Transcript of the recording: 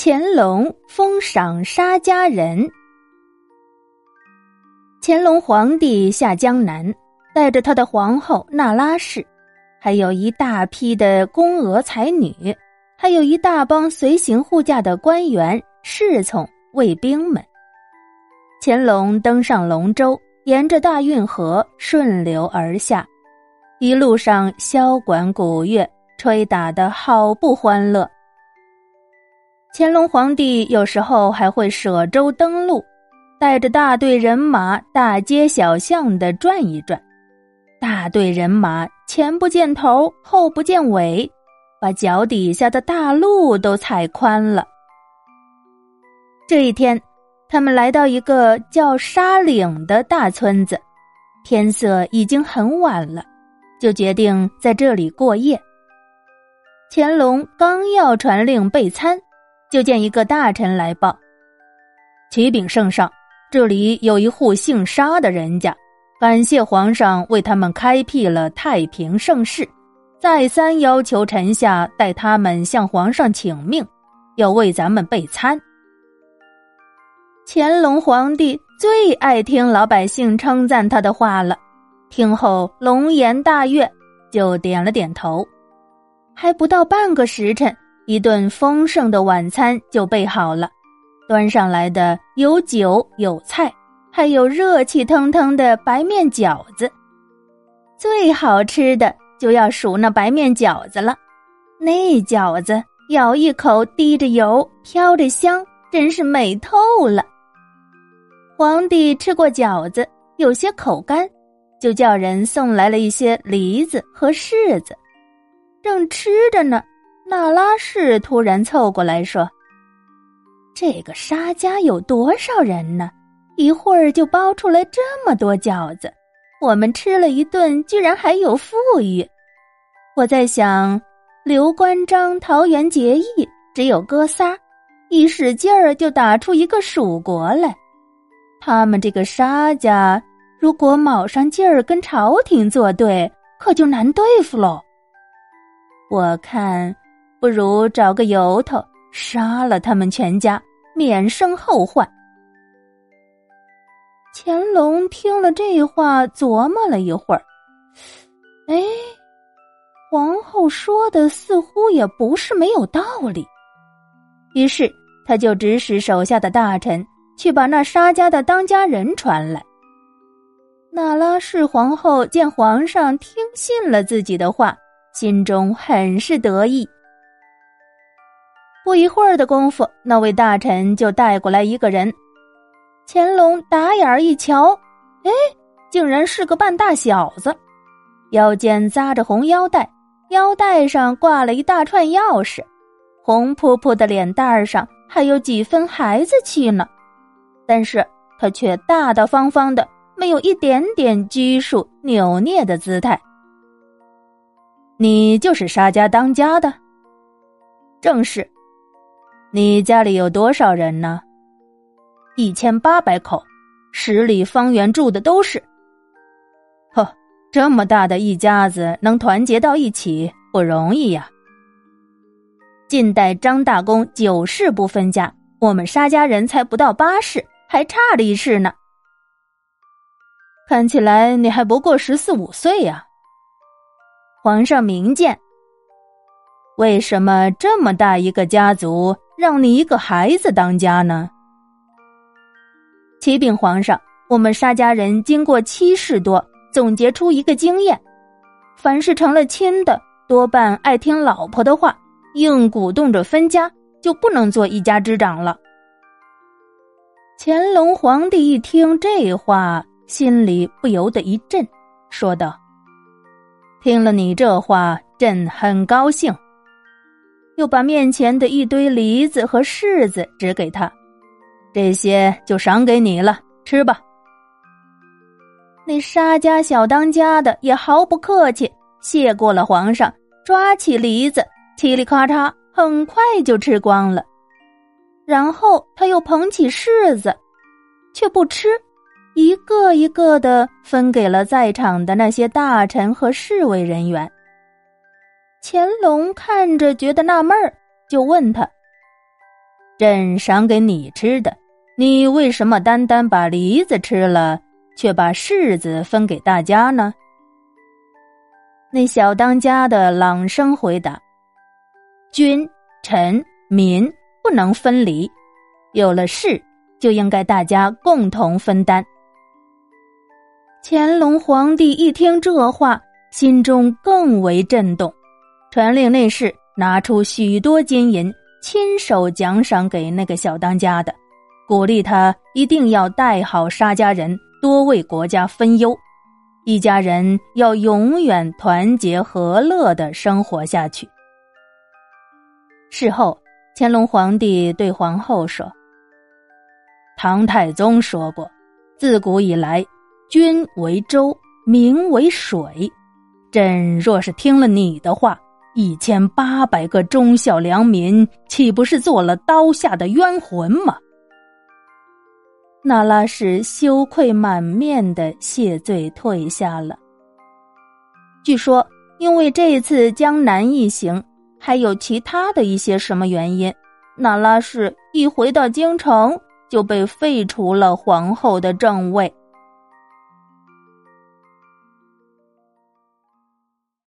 乾隆封赏沙家人。乾隆皇帝下江南，带着他的皇后那拉氏，还有一大批的宫娥才女，还有一大帮随行护驾的官员、侍从、卫兵们。乾隆登上龙舟，沿着大运河顺流而下，一路上箫管鼓乐，吹打得好不欢乐。乾隆皇帝有时候还会舍舟登陆，带着大队人马大街小巷地转一转。大队人马前不见头，后不见尾，把脚底下的大路都踩宽了。这一天，他们来到一个叫沙岭的大村子，天色已经很晚了，就决定在这里过夜。乾隆刚要传令备餐，就见一个大臣来报：启禀圣上，这里有一户姓沙的人家，感谢皇上为他们开辟了太平盛世，再三要求臣下代他们向皇上请命，要为咱们备餐。乾隆皇帝最爱听老百姓称赞他的话了，听后龙颜大悦，就点了点头。还不到半个时辰，一顿丰盛的晚餐就备好了，端上来的有酒有菜，还有热气腾腾的白面饺子。最好吃的就要数那白面饺子了，那饺子咬一口滴着油，飘着香，真是美透了。皇帝吃过饺子，有些口干，就叫人送来了一些梨子和柿子。正吃着呢，那拉氏突然凑过来说：这个沙家有多少人呢？一会儿就包出来这么多饺子，我们吃了一顿居然还有富裕。我在想，刘关张桃园结义只有哥仨，一使劲儿就打出一个蜀国来。他们这个沙家如果卯上劲儿跟朝廷作对，可就难对付喽。我看不如找个由头杀了他们全家，免生后患。乾隆听了这话，琢磨了一会儿，皇后说的似乎也不是没有道理。于是他就指使手下的大臣去把那沙家的当家人传来。那拉氏皇后见皇上听信了自己的话，心中很是得意。不一会儿的功夫，那位大臣就带过来一个人。乾隆打眼一瞧，竟然是个半大小子，腰间扎着红腰带，腰带上挂了一大串钥匙，红扑扑的脸蛋上还有几分孩子气呢，但是他却大大方方的，没有一点点拘束扭捏的姿态。你就是沙家当家的？正是。你家里有多少人呢？1800口，10里方圆住的都是。这么大的一家子能团结到一起，不容易呀。近代张大公9世不分家，我们沙家人才不到8世，还差着1世呢。看起来你还不过14、15岁呀。皇上明鉴，为什么这么大一个家族让你一个孩子当家呢？启禀皇上，我们沙家人经过7世多，总结出一个经验，凡是成了亲的，多半爱听老婆的话，硬鼓动着分家，就不能做一家之长了。乾隆皇帝一听这话，心里不由得一震，说道：听了你这话，朕很高兴。又把面前的一堆梨子和柿子指给他，这些就赏给你了，吃吧。那沙家小当家的也毫不客气，谢过了皇上，抓起梨子，嘁哩咔嚓，很快就吃光了。然后他又捧起柿子，却不吃，一个一个的分给了在场的那些大臣和侍卫人员。乾隆看着觉得纳闷儿，就问他： 朕赏给你吃的，你为什么单单把梨子吃了，却把柿子分给大家呢？”那小当家的朗声回答：“君、臣、民不能分离，有了事就应该大家共同分担。”乾隆皇帝一听这话，心中更为震动，传令内侍拿出许多金银，亲手奖赏给那个小当家的，鼓励他一定要带好沙家人，多为国家分忧，一家人要永远团结和乐地生活下去。事后，乾隆皇帝对皇后说：“唐太宗说过，自古以来，君为舟，民为水。朕若是听了你的话，1800个忠孝良民岂不是做了刀下的冤魂吗？”那拉氏羞愧满面的谢罪退下了。据说因为这次江南一行还有其他的一些什么原因，那拉氏一回到京城就被废除了皇后的正位。